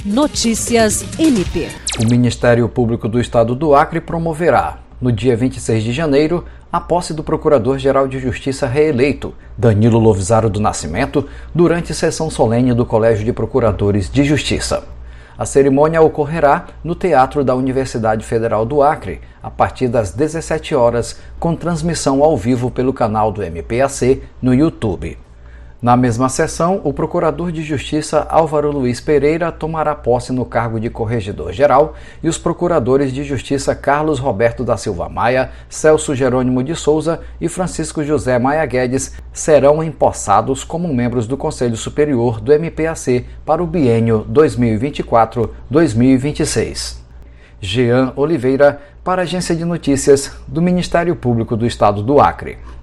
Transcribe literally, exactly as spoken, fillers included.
Notícias M P. O Ministério Público do Estado do Acre promoverá, no dia vinte e seis de janeiro, a posse do Procurador-Geral de Justiça reeleito, Danilo Lovisaro do Nascimento, durante sessão solene do Colégio de Procuradores de Justiça. A cerimônia ocorrerá no Teatro da Universidade Federal do Acre, a partir das dezessete horas, com transmissão ao vivo pelo canal do M P A C no YouTube. Na mesma sessão, o Procurador de Justiça Álvaro Luiz Pereira tomará posse no cargo de Corregedor-Geral e os Procuradores de Justiça Carlos Roberto da Silva Maia, Celso Jerônimo de Souza e Francisco José Maia Guedes serão empossados como membros do Conselho Superior do M P A C para o biênio dois mil e vinte e quatro a dois mil e vinte e seis. Jean Oliveira, para a Agência de Notícias do Ministério Público do Estado do Acre.